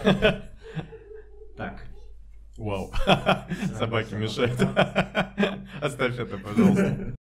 Так. Вау. Собаки мешают. Оставь это, пожалуйста.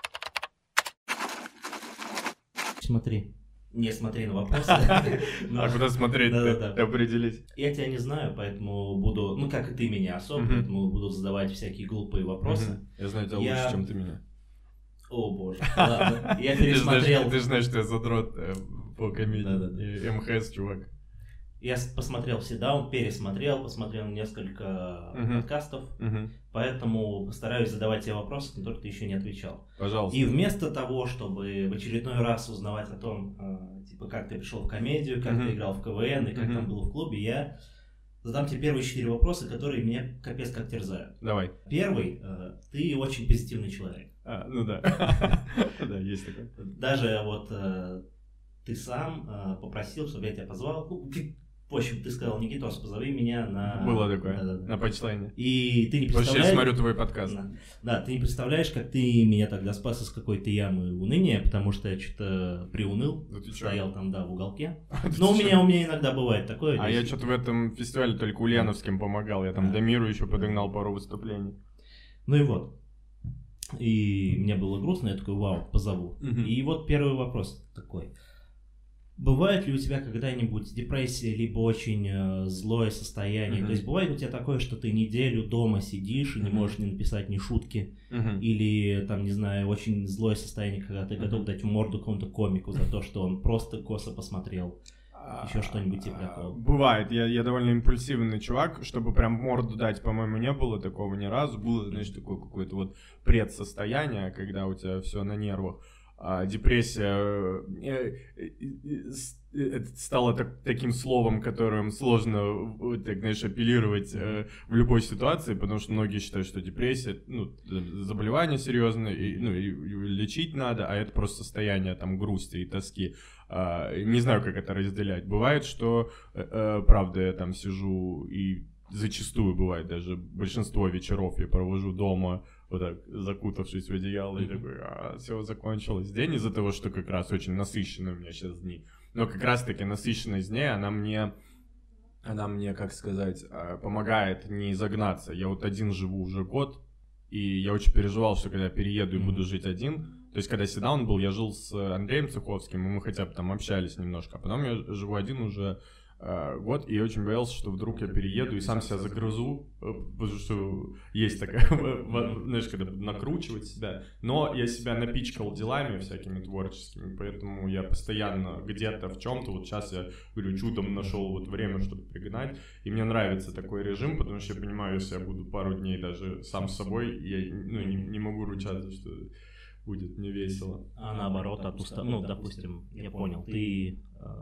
Смотри. Не смотри на вопросы. А куда смотреть-то? Определись. Я тебя не знаю, поэтому буду, ну как и ты меня особо, поэтому буду задавать всякие глупые вопросы. Я знаю тебя лучше, чем ты меня. О боже, ладно, я пересмотрел. Ты же знаешь, что я задрот по комедии. МХС, чувак. Я посмотрел все посмотрел несколько подкастов, поэтому постараюсь задавать тебе вопросы, на которые ты еще не отвечал. Пожалуйста. И вместо того, чтобы в очередной раз узнавать о том, типа, как ты пришел в комедию, как ты играл в КВН и как там было в клубе, я задам тебе первые 4 вопроса, которые меня капец как терзают. Давай. Первый, ты очень позитивный человек. Ну да. Да, есть такое. Даже вот ты сам попросил, чтобы я тебя позвал. В общем, ты сказал: Никитос, позови меня на... Было такое, на панчлайне. И ты не представляешь... Вообще, я смотрю твой подкаст. Да, ты не представляешь, как ты меня тогда спас из какой-то ямы уныния, потому что я что-то приуныл, стоял там, в уголке. Но у меня иногда бывает такое. А я что-то в этом фестивале только Ульяновским помогал, я там до Миру еще подогнал пару выступлений. Ну и вот. И мне было грустно, я такой: вау, позову. И вот первый вопрос такой. Бывает ли у тебя когда-нибудь депрессия, либо очень злое состояние? То есть бывает у тебя такое, что ты неделю дома сидишь и не можешь не написать ни шутки? Или, там, не знаю, очень злое состояние, когда ты готов дать в морду какому-то комику за то, что он просто косо посмотрел? Еще что-нибудь типа такого? Бывает. Я довольно импульсивный чувак, чтобы прям морду дать, по-моему, не было такого ни разу. Было, знаешь, такое какое-то вот предсостояние, когда у тебя все на нервах. Депрессия стала таким словом, которым сложно, так, знаешь, апеллировать в любой ситуации, потому что многие считают, что депрессия, заболевание серьезное, и лечить надо, а это просто состояние там грусти и тоски. Не знаю, как это разделять. Бывает, что, правда, я там сижу, и зачастую бывает, даже большинство вечеров я провожу дома, вот так, закутавшись в одеяло, и такой: все, закончилось день, из-за того, что как раз очень насыщенные у меня сейчас дни. Но как раз-таки насыщенность дней, она мне, как сказать, помогает не загнаться. Я вот один живу уже год, и я очень переживал, что когда я перееду и буду жить один, то есть когда седаун был, я жил с Андреем Цуховским, и мы хотя бы там общались немножко, а потом я живу один уже год, и я очень боялся, что вдруг я перееду и сам себя загрызу, потому что есть такая, знаешь, когда накручивать себя, но я себя напичкал делами всякими творческими, поэтому я постоянно где-то в чем-то, вот сейчас я, говорю, чудом нашел вот время, чтобы пригнать, и мне нравится такой режим, потому что я понимаю, если я буду пару дней даже сам с собой, я не могу ручаться, что будет мне весело. А наоборот, допустим, я понял, ты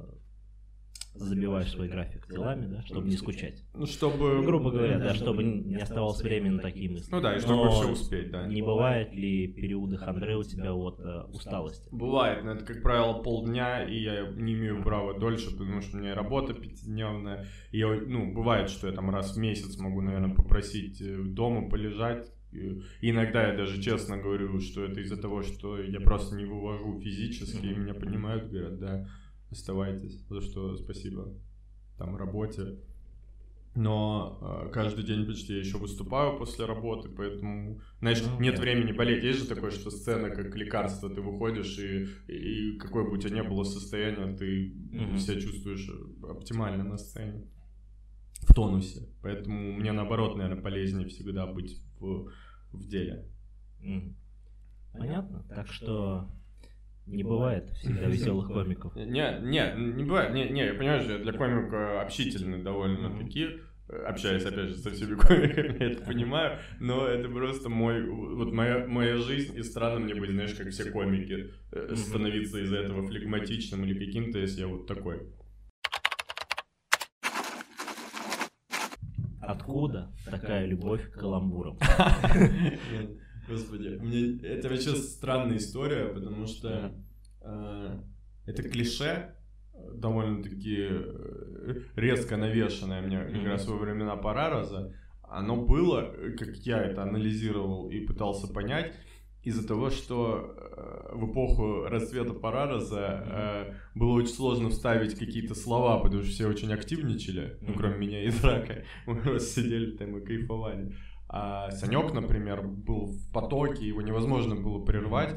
забиваешь свой график делами, да, чтобы не скучать. Чтобы... грубо говоря, да, чтобы не оставалось времени на такие мысли. И чтобы все успеть, да. Не бывает ли периоды хандры у тебя от усталости? Бывает, но это, как правило, полдня, и я не имею права дольше, потому что у меня работа пятидневная. И бывает, что я там раз в месяц могу, наверное, попросить дома полежать. И иногда я даже честно говорю, что это из-за того, что я просто не вывожу физически, и меня понимают, говорят: да, оставайтесь, за что спасибо там работе. Но каждый день почти я еще выступаю после работы, поэтому, знаешь, нет времени болеть. Есть же такое, что сцена как лекарство, ты выходишь, и какое бы у тебя ни было состояние, ты себя чувствуешь оптимально на сцене, в тонусе. Поэтому мне, наоборот, наверное, полезнее всегда быть в деле. Понятно. Так что не бывает всегда веселых комиков. Не бывает. Не, я понимаю, что я для комика общительный довольно-таки. Общаюсь, опять же, со всеми комиками, я это понимаю. Но это просто моя жизнь, и странно мне быть, знаешь, как все комики, становиться из-за этого флегматичным или каким-то, если я вот такой. Откуда такая любовь к каламбурам? Господи, это вообще странная история, потому что это клише, довольно-таки резко навешанное мне как раз во времена Парараза. Оно было, как я это анализировал и пытался понять, из-за того, что в эпоху расцвета Парараза было очень сложно вставить какие-то слова, потому что все очень активничали, ну, кроме меня и Драка. Мы просто сидели там и кайфовали. А Санек, например, был в потоке, его невозможно было прервать.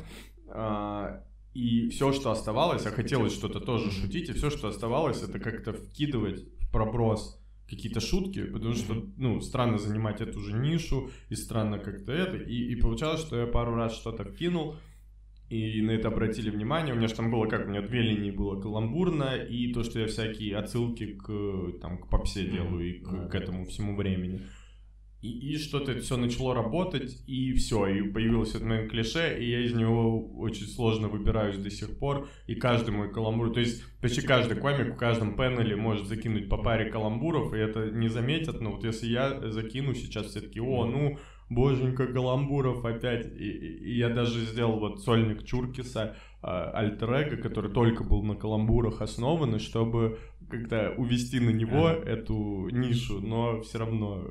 И все, что оставалось, а хотелось что-то тоже шутить, и все, что оставалось, это как-то вкидывать в проброс какие-то шутки, потому что, ну, странно занимать эту же нишу, и странно как-то это, и получалось, что я пару раз что-то вкинул, и на это обратили внимание. У меня же там было как, у меня 2 линии было каламбурно, и то, что я всякие отсылки к попсе делаю, и к этому всему времени. И что-то это все начало работать, и все, и появилось это мое клише, и я из него очень сложно выбираюсь до сих пор, и каждый мой каламбур, то есть почти каждый комик в каждом панеле может закинуть по паре каламбуров, и это не заметят, но вот если я закину сейчас, все таки о, ну, боженька, каламбуров опять, и я даже сделал вот сольник Чуркиса, альтер-эго, который только был на каламбурах основан, чтобы как-то увести на него эту нишу, но все равно...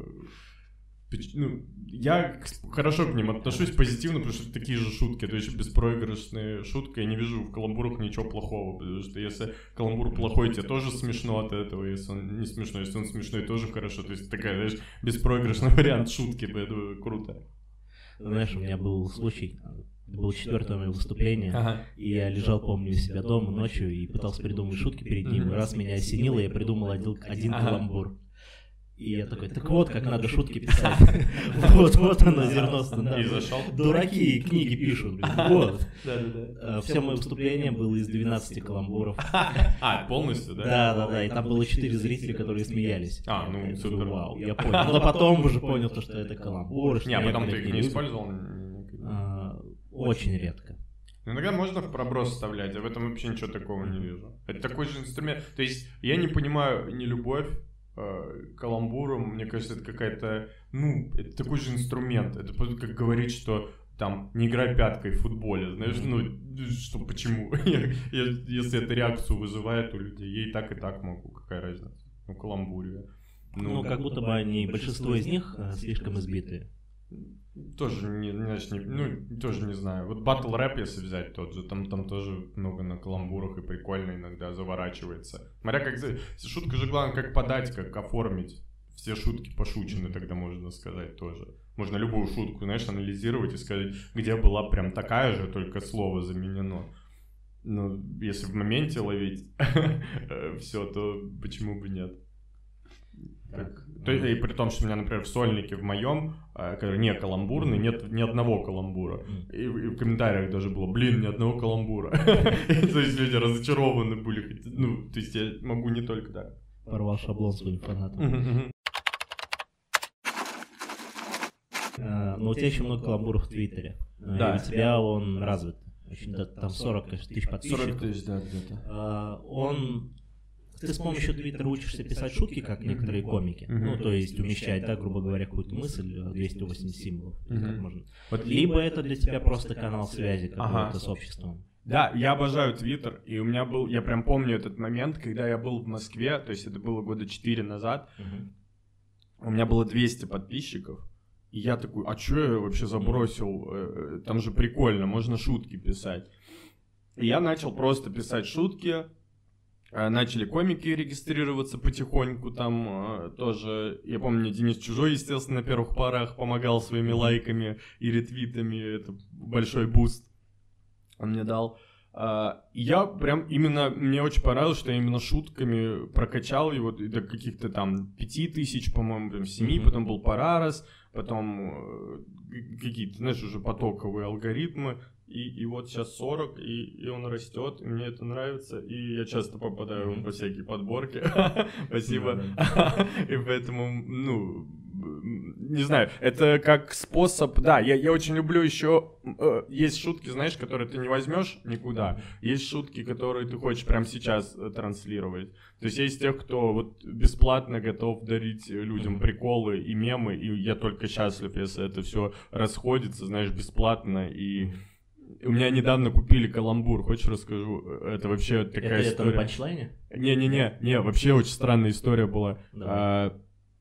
Ну, я хорошо к ним отношусь позитивно, потому что это такие же шутки, то есть беспроигрышные шутки, я не вижу в каламбурах ничего плохого, потому что если каламбур плохой, тебе тоже смешно от этого, если он не смешной, если он смешной, тоже хорошо, то есть такая, знаешь, беспроигрышный вариант шутки, это круто. Знаешь, у меня был случай, было 4-е мое выступление, и я лежал, помню, у себя дома ночью и пытался придумать шутки перед ним, и раз меня осенило, я придумал один каламбур. И я такой, так вот, как надо шутки писать. Вот оно, зерно стандарта. И зашел. Дураки книги пишут. Вот. Все мое выступление было из 12 каламбуров. Полностью, да? Да. И там было 4 зрителя, которые смеялись. Ну, супер. Вау, я понял. Но потом уже понял, что это каламбур. Не, а потом ты их не использовал? Очень редко. Иногда можно в проброс вставлять, а в этом вообще ничего такого не вижу. Это такой же инструмент. То есть я не понимаю не любовь каламбуром, мне кажется, это какая-то, ну, это такой же инструмент. Это как говорить, что там не играй пяткой в футболе, знаешь, ну, что, почему? Если это реакцию вызывает у людей, я и так могу, какая разница? Ну, каламбуре. Ну, как будто бы они, большинство из них слишком избитые. Тоже тоже не знаю. Вот батл рэп, если взять тот же, там тоже много на каламбурах и прикольно иногда заворачивается. Смотря как... Шутка же главное, как подать, как оформить. Все шутки пошучены, тогда можно сказать тоже. Можно любую шутку, знаешь, анализировать и сказать, где была прям такая же, только слово заменено. Ну, если в моменте ловить все, то почему бы нет? И при том, что у меня, например, в сольнике в моем, который не каламбурный, нет ни одного каламбура. И в комментариях даже было, ни одного каламбура. То есть люди разочарованы были. Ну, то есть я могу не только так. Порвал шаблон своим фанатам. Но у тебя еще много каламбуров в Твиттере. Да. И у тебя он развит. Там 40 тысяч подписчиков. 40 тысяч, да, где-то. Ты с помощью Твиттера учишься писать шутки, как некоторые комики. Ну, то есть умещать, да, грубо говоря, какую-то мысль, 280 символов. Как можно. Либо это для тебя просто канал связи какой-то с обществом. Да, я обожаю Твиттер, и у меня был, я прям помню этот момент, когда я был в Москве, то есть это было года 4 назад, у меня было 200 подписчиков, и я такой, а чё я вообще забросил, там же прикольно, можно шутки писать. И я начал просто писать шутки, начали комики регистрироваться потихоньку, там тоже, я помню, Денис Чужой, естественно, на первых порах помогал своими лайками и ретвитами, это большой буст он мне дал. Я прям именно, мне очень понравилось, что я именно шутками прокачал его до каких-то там 5000, по-моему, прям 7, потом был Парарас, потом какие-то, знаешь, уже потоковые алгоритмы, и вот сейчас 40, и он растет, и мне это нравится, и я часто попадаю во всякие подборки, спасибо, и поэтому, ну, не знаю, это как способ, да, я очень люблю еще, есть шутки, знаешь, которые ты не возьмешь никуда, есть шутки, которые ты хочешь прямо сейчас транслировать, то есть есть тех, кто вот бесплатно готов дарить людям приколы и мемы, и я только счастлив, если это все расходится, знаешь, бесплатно, и у меня недавно купили каламбур, хочешь расскажу? Это вообще такая история. Это на панчлайне? Не, вообще очень странная история была.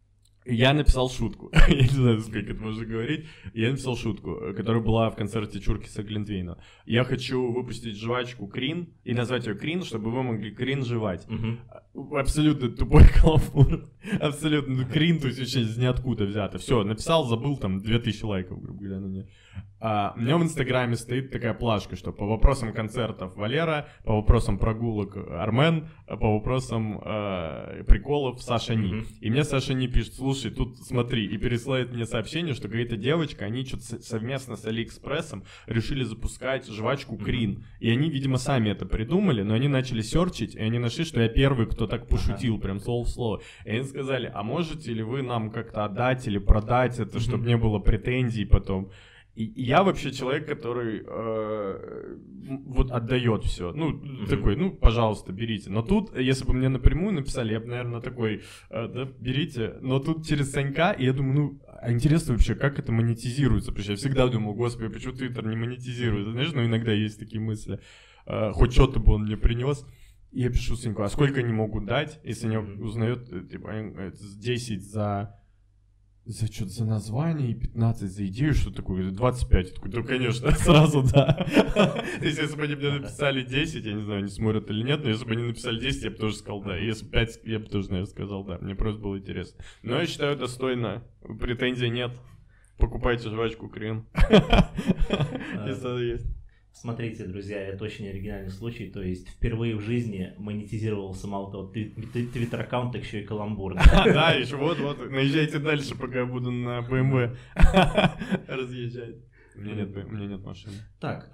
Я написал шутку. Я не знаю, сколько это можно говорить. Я написал шутку, которая была в концерте Чуркиса Глинтвейна. Я хочу выпустить жвачку Крин и назвать ее Крин, чтобы вы могли Крин жевать. Абсолютно тупой каламбур. Абсолютно. Ну, Крин, то есть вообще из ниоткуда взято. Все, написал, забыл, там 2000 лайков, грубо говоря, на мне. У меня в Инстаграме стоит такая плашка, что по вопросам концертов Валера, по вопросам прогулок Армен, по вопросам приколов Саша Ни. И мне Саша Ни пишет: слушай, тут смотри, и пересылает мне сообщение, что какая-то девочка, они что-то совместно с Алиэкспрессом решили запускать жвачку Крин. И они, видимо, сами это придумали, но они начали серчить, и они нашли, что я первый, кто так пошутил, прям слово в слово. И они сказали: а можете ли вы нам как-то отдать или продать это, чтобы не было претензий потом? И я вообще человек, который вот отдает все. Ну, такой, ну, пожалуйста, берите. Но тут, если бы мне напрямую написали, я бы, наверное, такой, да, берите. Но тут через Санька, и я думаю, ну, а интересно вообще, как это монетизируется? Потому что я всегда думал: господи, почему Твиттер не монетизирует? Знаешь, ну, иногда есть такие мысли. Хоть что-то бы он мне принес. И я пишу Саньку: а сколько они могут дать, если они узнают, типа, 10 за что-то за название и 15 за идею, что такое, 25. Я такой: да, конечно, сразу да. То есть, если бы они мне написали 10, я не знаю, они смотрят или нет, но если бы они написали 10, я бы тоже сказал да. И если 5, я бы тоже, наверное, сказал да. Мне просто было интересно. Но я считаю, достойно. Претензий нет. Покупайте жвачку Крин. Если она есть. Смотрите, друзья, это очень оригинальный случай, то есть впервые в жизни монетизировался мало того твиттер-аккаунт, так еще и каламбур. Да, еще вот, наезжайте дальше, пока я буду на BMW разъезжать. У меня нет машины. Так,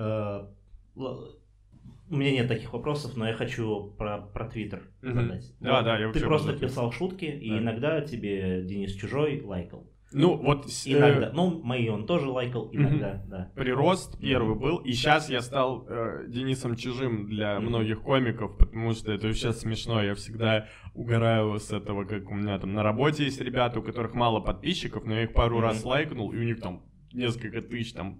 у меня нет таких вопросов, но я хочу про Твиттер задать. Да, я вообще... Ты просто писал шутки, и иногда тебе Денис Чужой лайкал. Ну, вот... Иногда. Ну, мои он тоже лайкал, иногда, да. Прирост первый был, и сейчас я стал Денисом Чужим для многих комиков, потому что это вообще смешно. Я всегда угораю с этого, как у меня там на работе есть ребята, у которых мало подписчиков, но я их пару раз лайкнул, и у них там несколько тысяч там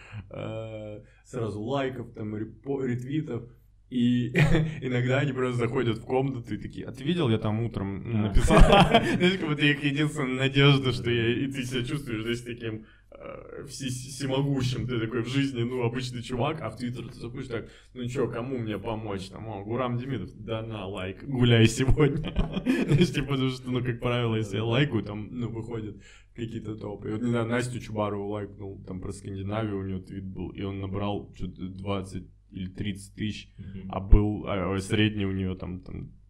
сразу лайков, там ретвитов. И иногда они просто заходят в комнату и такие: а ты видел, я там утром написал? Знаешь, как будто их единственная надежда, что и ты себя чувствуешь здесь таким всемогущим. Ты такой в жизни, ну, обычный чувак, а в Твиттер ты заходишь так: ну чё, кому мне помочь? Там, Гурам Демидов: да на, лайк, гуляй сегодня. Знаешь, типа, потому что, ну, как правило, если я лайкаю, там, ну, выходят какие-то топы. И вот, не знаю, Настю Чубарову лайкнул, там, про Скандинавию у него твит был, и он набрал что-то 20 или 30 тысяч, а средний у нее там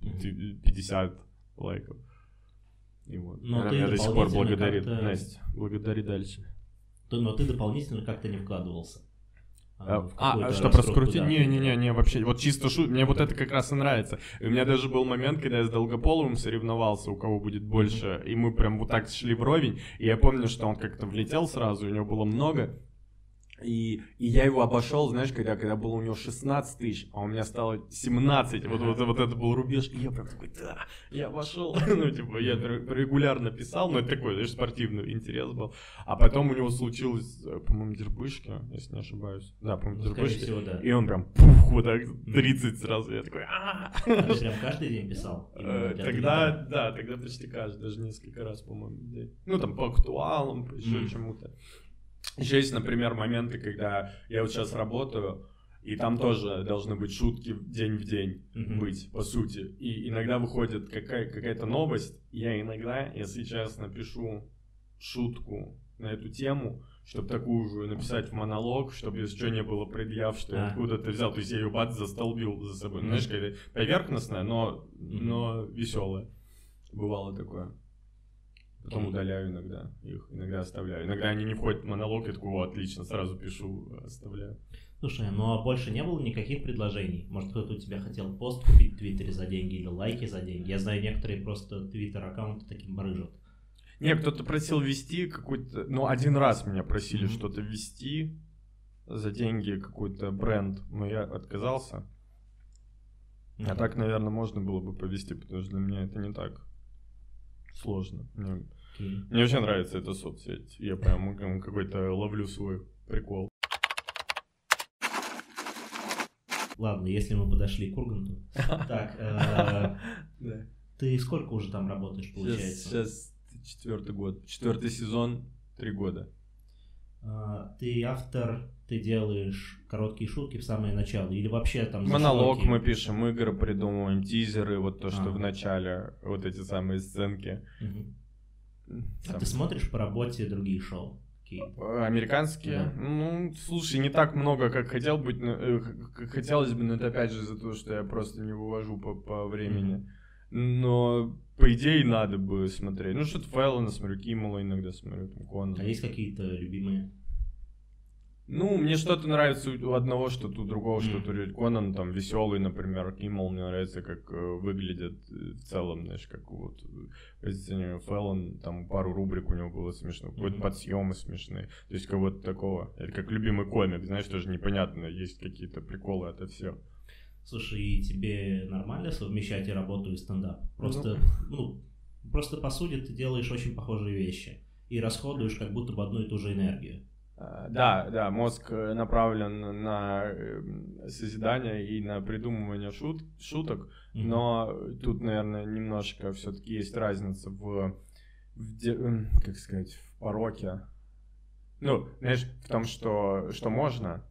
50 лайков. И вот. Но она ты меня до сих пор благодарит. как-то... Настя, благодари дальше. Но ты дополнительно как-то не вкладывался. Чтобы раскрутить? Не, вообще, вот чисто мне вот это как раз и нравится. И у меня даже был момент, когда я с Долгополовым соревновался, у кого будет больше, и мы прям вот так шли вровень, и я помню, что он как-то влетел сразу, у него было много. И я его обошел, знаешь, когда было у него 16 тысяч, а у меня стало 17. Вот это был рубеж. И я прям такой: да, я обошел. Ну, типа, я регулярно писал, но это такой, знаешь, спортивный интерес был. А потом у него случилось, по-моему, дербышки, если не ошибаюсь. Да, по-моему, дербышки. Да. И он прям пух, вот так 30 сразу. Я такой: А ты прям каждый день писал? Тогда почти каждый, даже несколько раз, по-моему, в день. Ну, там, по актуалам, по еще чему-то. Еще есть, например, моменты, когда я вот сейчас работаю, и там тоже должны быть шутки день в день быть, по сути. И иногда выходит какая-то новость, я иногда, если честно, пишу шутку на эту тему, чтобы такую же написать в монолог, чтобы, если что, не было предъяв, что я откуда-то взял. То есть я ее застолбил за собой. Знаешь, какая-то поверхностная, но веселая. Бывало такое. Потом удаляю иногда их, иногда оставляю. Иногда они не входят в монолог, я такой: отлично, сразу пишу, оставляю. Слушай, ну а больше не было никаких предложений? Может, кто-то у тебя хотел пост купить в Твиттере за деньги или лайки за деньги? Я знаю, некоторые просто Твиттер-аккаунты таким барыжат. Не, кто-то просил ввести какой-то... Ну, один раз меня просили что-то ввести за деньги, какой-то бренд, но я отказался. А так, наверное, можно было бы поввести, потому что для меня это не так сложно. Мне вообще нравится эта соцсеть. Я прям какой-то ловлю свой прикол. Ладно, если мы подошли к Урганту. Так, ты сколько уже там работаешь, получается? Сейчас 4-й год. 4-й сезон, 3 года. Ты автор, ты делаешь короткие шутки в самое начало или вообще там... Монолог мы пишем, игры придумываем, тизеры, вот то, что в начале, вот эти самые сценки. А ты смотришь по работе другие шоу? Американские? Да. Ну, слушай, не так много, как хотелось бы, но это опять же из-за того, что я просто не вывожу по времени. Но, по идее, надо бы смотреть. Ну, что-то Фэллона смотрю, Киммела иногда смотрю, там, Конан. А есть какие-то любимые? Ну, мне что-то нравится у одного, что-то у другого, что-то Конан, там, веселый, например, Киммел, мне нравится, как выглядит в целом, знаешь, как вот Фэллон, там, пару рубрик у него было смешно, какой-то подсъемы смешные, то есть кого-то такого. Это как любимый комик, знаешь, тоже непонятно, есть какие-то приколы, это все. Слушай, и тебе нормально совмещать и работу, и стендап? Просто, просто по сути ты делаешь очень похожие вещи и расходуешь как будто бы одну и ту же энергию. Да, мозг направлен на созидание и на придумывание шуток, но тут, наверное, немножко все-таки есть разница в как сказать, в пороке. Ну, знаешь, в том, что можно.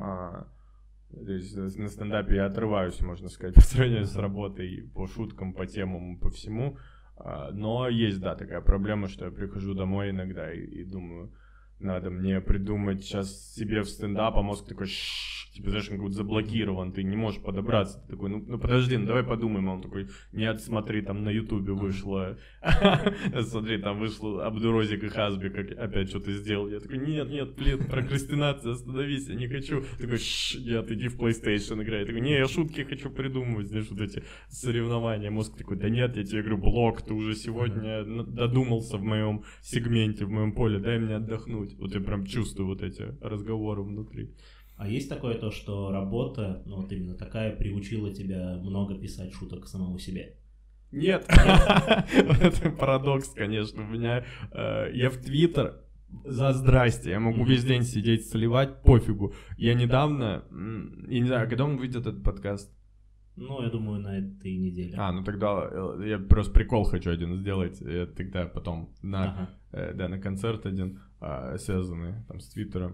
То есть на стендапе я отрываюсь, можно сказать, по сравнению с работой по шуткам, по темам, по всему. Но есть, да, такая проблема, что я прихожу домой иногда и думаю, надо мне придумать сейчас себе в стендап, а мозг такой, типа, знаешь, он как будто заблокирован, ты не можешь подобраться. Ты такой, ну подожди, давай подумаем. А он такой, нет, смотри, там на Ютубе вышло, смотри, там вышло Абдурозик и Хазби, как опять что-то сделал. Я такой, нет, блин, прокрастинация, остановись, я не хочу. Такой, нет, иди в PlayStation играй. Я такой, не, я шутки хочу придумывать, знаешь, вот эти соревнования. Мозг такой, да нет, я тебе говорю, блок, ты уже сегодня додумался в моем сегменте, в моем поле, дай мне отдохнуть. Вот я прям чувствую вот эти разговоры внутри. А есть такое то, что работа, ну вот именно такая, приучила тебя много писать шуток самому себе? Нет. Это парадокс, конечно. У меня... Я в Твиттер за здрасте. Я могу весь день сидеть, сливать, пофигу. Я недавно... Я не знаю, когда он выйдет, этот подкаст? Ну, я думаю, на этой неделе. Ну тогда я просто прикол хочу один сделать. Я тогда потом на концерт один, связанный там с Твиттером.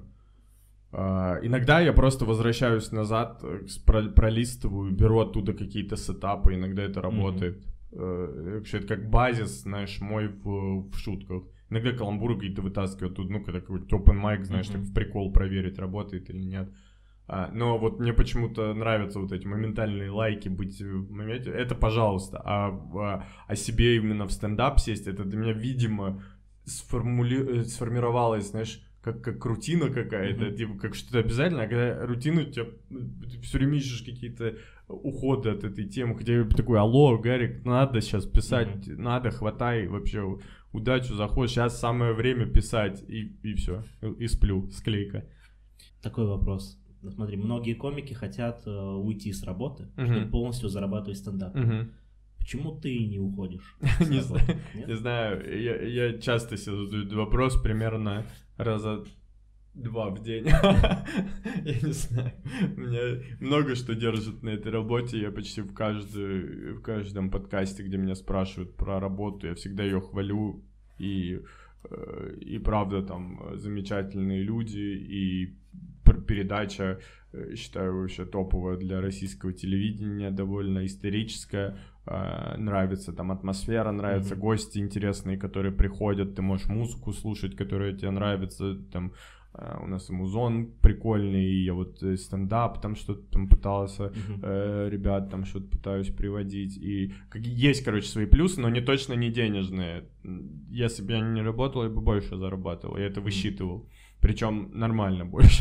Иногда я просто возвращаюсь назад, пролистываю, беру оттуда какие-то сетапы, иногда это работает. Вообще это как базис, знаешь, мой в шутках. Иногда каламбуры какие-то вытаскиваю оттуда, ну, когда какой-то open mic, знаешь, так в прикол проверить, работает или нет. Но вот мне почему-то нравятся вот эти моментальные лайки, быть в моменте. Это пожалуйста. А себе именно в стендап сесть, это для меня, видимо, сформировалось, знаешь, как рутина какая-то, типа как что-то обязательно, а когда рутина у тебя, ты все время ищешь какие-то уходы от этой темы, хотя я такой, алло, Гарик, надо сейчас писать, надо, хватай вообще удачу, заходишь, сейчас самое время писать, и все, и сплю, склейка. Такой вопрос. Смотри, многие комики хотят уйти с работы, чтобы полностью зарабатывать стендап. Почему ты не уходишь? Не знаю, я часто себе задаю вопрос, примерно раза 2 в день. Я не знаю, меня много что держит на этой работе, я почти в каждом подкасте, где меня спрашивают про работу, я всегда ее хвалю, и правда там замечательные люди, и передача, считаю, вообще топовая для российского телевидения, довольно историческая. Нравится там атмосфера, нравятся гости интересные, которые приходят, ты можешь музыку слушать, которая тебе нравится, там у нас и музон прикольный, и я вот стендап там что-то там пытался, ребят там что-то пытаюсь приводить, и есть, короче, свои плюсы, но точно не денежные. Если бы я не работал, я бы больше зарабатывал, я это высчитывал, причем нормально больше.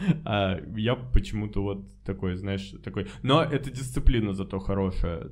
Я почему-то вот такой, знаешь, такой... Но эта дисциплина зато хорошая.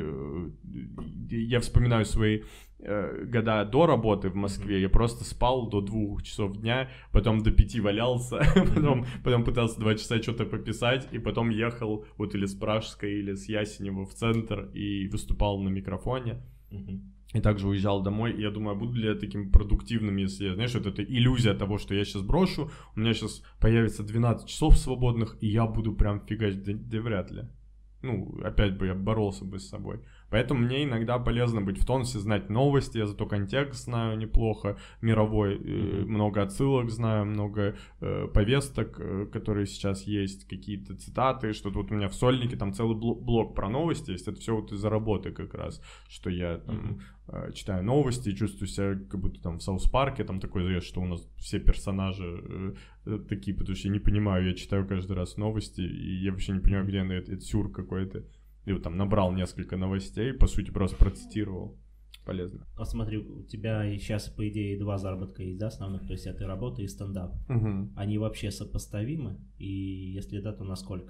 Я вспоминаю свои года до работы в Москве. Я просто спал до 2 часов дня, потом до 5 валялся, потом пытался 2 часа что-то пописать, и потом ехал вот или с Пражской, или с Ясенева в центр и выступал на микрофоне. И также уезжал домой, и я думаю, буду ли я таким продуктивным, если я, знаешь, вот эта иллюзия того, что я сейчас брошу, у меня сейчас появится 12 часов свободных, и я буду прям фигачить, да вряд ли. Ну, опять бы я боролся бы с собой. Поэтому мне иногда полезно быть в тонусе, знать новости, я зато контекст знаю неплохо, мировой, много отсылок знаю, много повесток, которые сейчас есть, какие-то цитаты, что-то вот у меня в Сольнике там целый блок про новости есть, это все вот из-за работы как раз, что я там читаю новости и чувствую себя как будто там в Саус-парке, там такой, что у нас все персонажи такие, потому что я не понимаю, я читаю каждый раз новости, и я вообще не понимаю, где это сюр какой-то. И вот там набрал несколько новостей, по сути, просто процитировал. Полезно. А смотри, у тебя сейчас, по идее, 2 заработка есть, да, основных? То есть это работа и стендап. Угу. Они вообще сопоставимы? И если да, то насколько?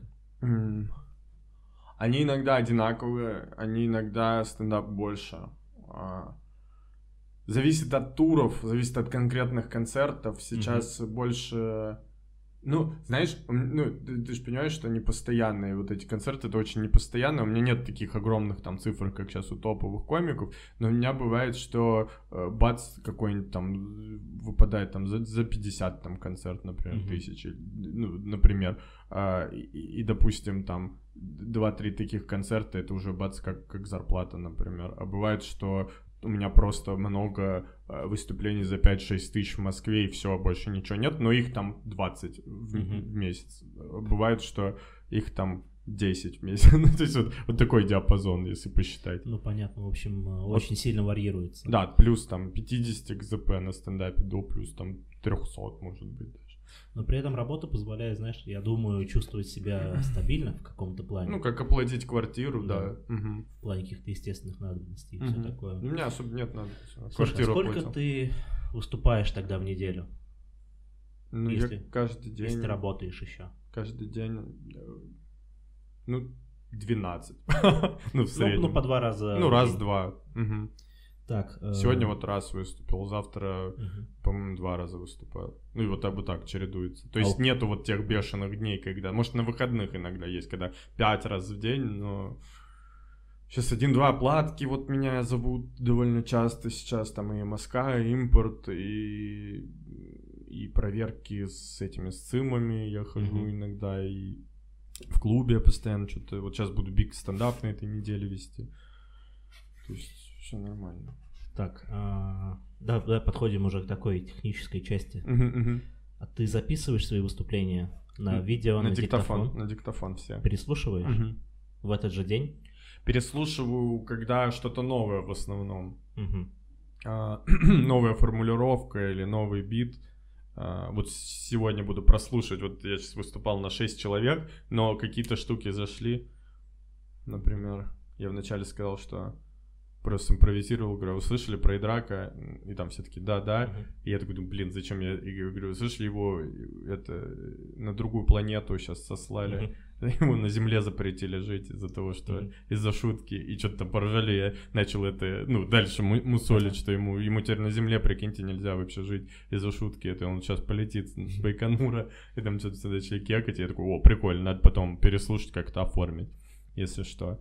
Они иногда одинаковые, они иногда стендап больше. Зависит от туров, зависит от конкретных концертов. Сейчас больше... Ну, знаешь, ты же понимаешь, что они постоянные, вот эти концерты, это очень непостоянно. У меня нет таких огромных там цифр, как сейчас у топовых комиков, но у меня бывает, что бац, какой-нибудь там выпадает там за 50 там концерт, например, тысячи, ну, например, и, допустим, там 2-3 таких концерта, это уже бац, как зарплата, например. А бывает, что у меня просто много выступлений за 5-6 тысяч в Москве, и все, больше ничего нет, но их там 20 в месяц. Бывает, что их там 10 в месяц. Ну, то есть вот такой диапазон, если посчитать. Ну, понятно, в общем, очень сильно варьируется. Да, плюс там 50 ГЗП на стендапе до плюс там 300, может быть, даже. Но при этом работа позволяет, знаешь, я думаю, чувствовать себя стабильно в каком-то плане. Ну, как оплатить квартиру, да. В плане каких-то естественных надобностей и все такое. У меня особо нет надобностей. Слушай, а сколько ты выступаешь тогда в неделю? Ну, если, я каждый день... Если ты работаешь еще. Каждый день... Ну, 12. Ну, в среднем. Ну, по 2 раза. Ну, раз-два. Так, сегодня вот раз выступил, завтра, по-моему, 2 раза выступаю. Ну и вот так чередуется. То есть нету вот тех бешеных дней, когда... Может, на выходных иногда есть, когда 5 раз в день, но... Сейчас 1-2 оплатки вот меня зовут довольно часто сейчас. Там и МСК, и импорт, и проверки с этими СЦИМами я хожу иногда, и в клубе я постоянно что-то... Вот сейчас буду биг стендап на этой неделе вести. То есть... Все нормально. Так, давай подходим уже к такой технической части. А ты записываешь свои выступления на видео, на диктофон? На диктофон все. Переслушиваешь в этот же день? Переслушиваю, когда что-то новое в основном. Новая формулировка или новый бит. Вот сегодня буду прослушать. Вот я сейчас выступал на 6 человек, но какие-то штуки зашли. Например, я вначале сказал, что... Просто импровизировал, говорю, услышали про Идрака? И там все таки да. И я такой думаю, блин, зачем я... И говорю, слышали его на другую планету сейчас сослали. Ему на Земле запретили жить из-за того, что из-за шутки. И что-то там поржали, я начал это, дальше мусолить, что ему теперь на Земле, прикиньте, нельзя вообще жить из-за шутки. Это он сейчас полетит с Байконура, и там что-то начали кекать. И я такой, прикольно, надо потом переслушать, как это оформить, если что.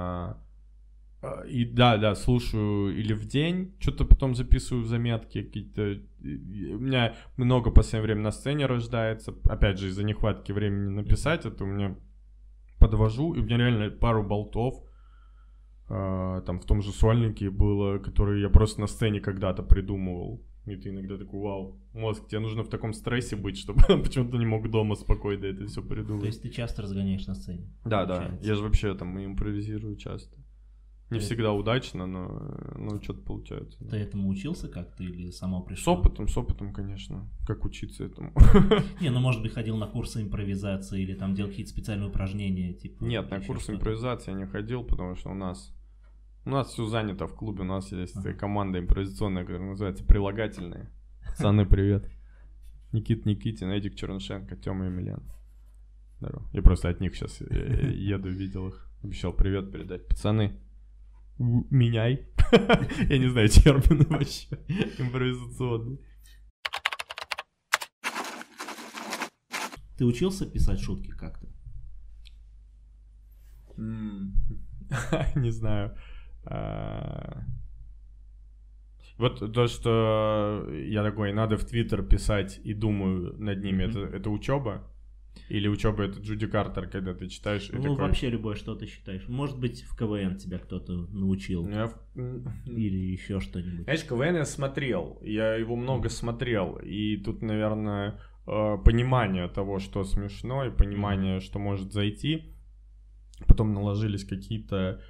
И да, слушаю или в день, что-то потом записываю в заметки какие-то. У меня много в последнее время на сцене рождается. Опять же, из-за нехватки времени написать это у меня подвожу. И у меня реально пару болтов там в том же Сольнике было, которые я просто на сцене когда-то придумывал. И ты иногда такой, вау, мозг, тебе нужно в таком стрессе быть, чтобы почему-то не мог дома спокойно это все придумать. То есть ты часто разгоняешь на сцене? Да, я же вообще там импровизирую часто. Не всегда удачно, но что-то получается. Ты этому учился как-то или само пришло? С опытом, конечно. Как учиться этому? Не, может быть, ходил на курсы импровизации или там делал какие-то специальные упражнения, типа... Нет, на курсы импровизации я не ходил, потому что у нас все занято в клубе, у нас есть команда импровизационная, которая называется «Прилагательные». Пацаны, привет. Никитин, Эдик Чернышенко, Тёма и Милен. Здорово. Я просто от них сейчас еду, видел их. Обещал привет передать. Пацаны, меняй. Я не знаю термины вообще импровизационные. Ты учился писать шутки как-то? Не знаю. Вот то, что я такой, надо в Твиттер писать и думаю над ними, это учеба. Или учеба это Джуди Картер, когда ты читаешь и Ну, такой... вообще любое, что ты считаешь. Может быть, в КВН тебя кто-то научил. Или еще что-нибудь. Знаешь, КВН я смотрел. Я его много смотрел. И тут, наверное, понимание того, что смешно, и понимание, что может зайти. Потом наложились какие-то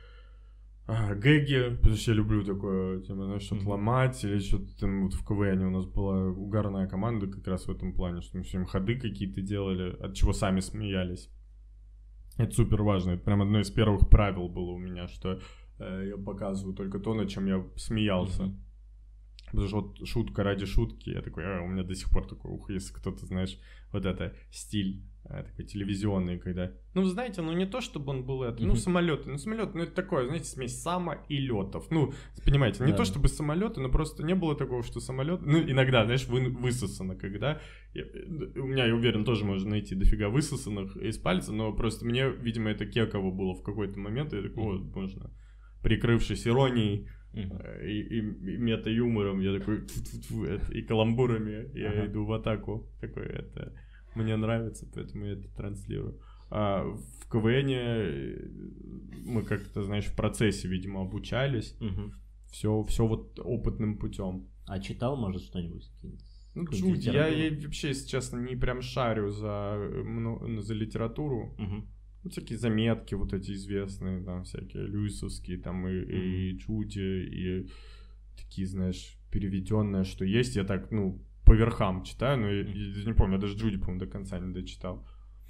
гэги, потому что я люблю такое, типа, знаешь, что-то ломать, или что-то там вот в КВН у нас была угарная команда как раз в этом плане, что мы все время ходы какие-то делали, от чего сами смеялись. Это супер важно, это прям одно из первых правил было у меня, что я показываю только то, над чем я смеялся. Потому что вот шутка ради шутки, я такой, у меня до сих пор такой, если кто-то, знаешь, вот это стиль такой телевизионный, когда, ну, знаете, ну, не то, чтобы он был это, ну, самолеты, ну, это такое, знаете, смесь самолетов, ну, понимаете, не то, чтобы самолеты, но просто не было такого, что самолет, ну, иногда, знаешь, высосано, когда, у меня, я уверен, тоже можно найти дофига высосанных из пальца, но просто мне, видимо, это кеково было в какой-то момент, и я такой, вот, можно, прикрывшись иронией, и мета-юмором, я такой, и каламбурами, я иду в атаку, такой, это... Мне нравится, поэтому я это транслирую. А в КВНе мы как-то, знаешь, в процессе, видимо, обучались. Все вот опытным путем. А читал, может, что-нибудь? Ну, Джуди, я вообще, если честно, не прям шарю за литературу. Ну, всякие заметки вот эти известные, там, всякие Льюисовские, там, и Джуди, и такие, знаешь, переведенные, что есть. Я так, ну, по верхам читаю, но я не помню, я даже Джуди, по-моему, до конца не дочитал.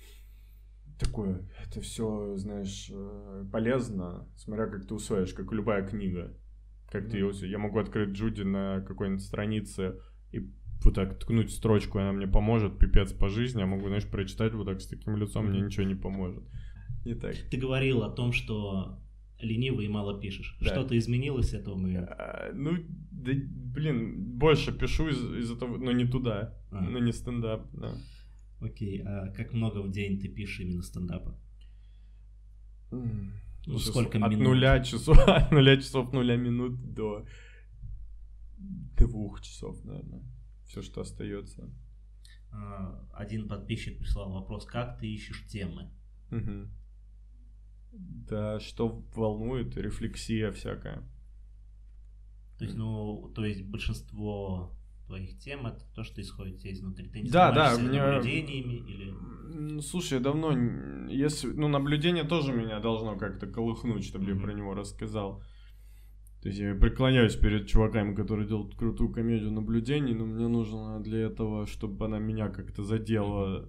Такое, это все, знаешь, полезно, смотря как ты усвоишь, как любая книга. Как ты ее, я могу открыть Джуди на какой-нибудь странице и вот так ткнуть строчку, она мне поможет, пипец по жизни, я могу, знаешь, прочитать вот так с таким лицом, мне ничего не поможет. Не так. Ты говорил о том, что ленивый и мало пишешь. Да. Что-то изменилось с этого момента? Ну, да, блин, больше пишу из-за того, но не туда, но не стендап, да. Окей, а как много в день ты пишешь именно стендапа? Ну, сколько минут? От 0 часов 0 минут до 2 часов, наверное. Все, что остается. Один подписчик прислал вопрос, как ты ищешь темы? Да, что волнует, рефлексия всякая. То есть большинство твоих тем это то, что исходит из изнутри. Ты не занимаешься наблюдениями или... Слушай, я давно... наблюдение тоже меня должно как-то колыхнуть, чтобы я про него рассказал. То есть я преклоняюсь перед чуваками, которые делают крутую комедию наблюдений, но мне нужно для этого, чтобы она меня как-то задела.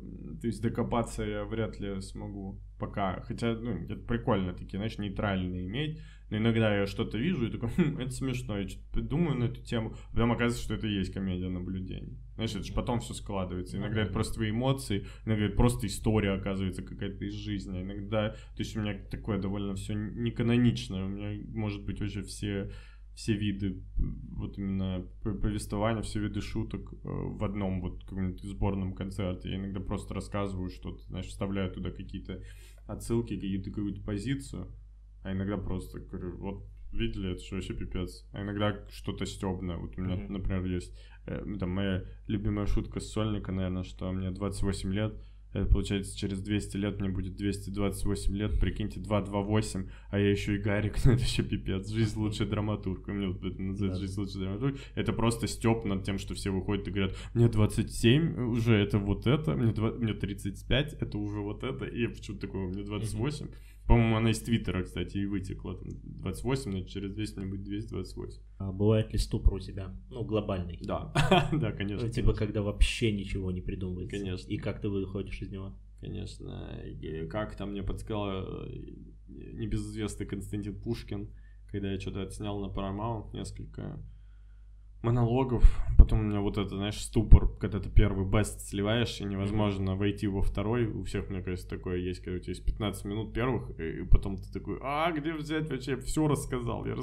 То есть докопаться я вряд ли смогу пока. Хотя, это прикольно, такие, знаешь, нейтральные иметь. Но иногда я что-то вижу и такой, это смешно, я что-то думаю на эту тему. Потом оказывается, что это и есть комедия наблюдений. Знаешь, это же потом все складывается. Иногда это просто твои эмоции, иногда это просто история оказывается какая-то из жизни. Иногда, то есть у меня такое довольно все неканоничное. У меня может быть вообще все виды вот именно повествования, все виды шуток в одном вот каком-нибудь сборном концерте. Я иногда просто рассказываю что-то, знаешь, вставляю туда какие-то отсылки, какую-то позицию. А иногда просто говорю, вот видели, это что вообще пипец. А иногда что-то стёбное. Вот у меня, например, есть там моя любимая шутка с сольника, наверное, что мне 28 лет. Это получается, через 200 лет мне будет 228 лет. Прикиньте, 228, а я еще и Гарик. Ну это вообще пипец. Жизнь лучший драматург. У меня вот это называется жизнь лучший драматург. Это просто стёб над тем, что все выходят и говорят, мне 27, уже это вот это, мне 35, это уже вот это. И я почему-то такой, мне 28. По-моему, она из Твиттера, кстати, и вытекла. Там 28, но через 200 мне будет 228. А бывает ли ступор у тебя? Глобальный. Да, да, конечно. Типа, когда вообще ничего не придумывается. Конечно. И как ты выходишь из него? Конечно. И как там мне подсказал небезызвестный Константин Пушкин, когда я что-то отснял на Paramount несколько монологов. Потом у меня вот это, знаешь, ступор, когда ты первый бест сливаешь, и невозможно войти во второй. У всех, мне кажется, такое есть, когда у тебя есть 15 минут первых, и потом ты такой, где взять вообще? Я все рассказал. Я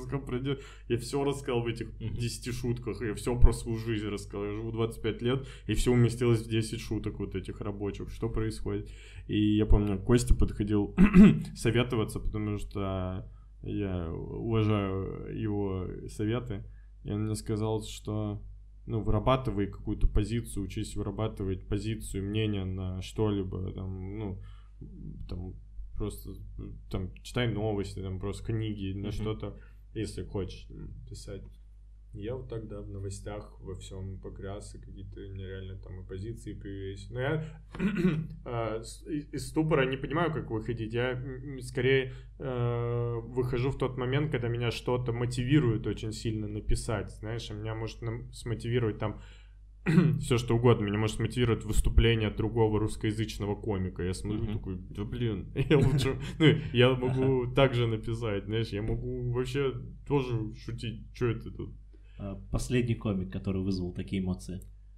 все рассказал в этих 10 шутках, я все про свою жизнь рассказал. Я живу 25 лет, и все уместилось в 10 шуток вот этих рабочих. Что происходит? И я помню, Костя подходил советоваться, потому что я уважаю его советы. И он мне сказал, что вырабатывай какую-то позицию, учись вырабатывать позицию, мнение на что-либо, там, просто, там, читай новости, там, просто книги, на что-то, если хочешь писать. Я вот так, да, в новостях во всем погряз, и какие-то нереально там и позиции появились. Но я из ступора не понимаю, как выходить. Я скорее выхожу в тот момент, когда меня что-то мотивирует очень сильно написать. Знаешь, меня может смотивировать там все что угодно. Меня может смотивировать выступление другого русскоязычного комика. Я смотрю такой, да блин, я лучше... я могу так же написать, знаешь, я могу вообще тоже шутить. Что это тут? Последний комик, который вызвал такие эмоции.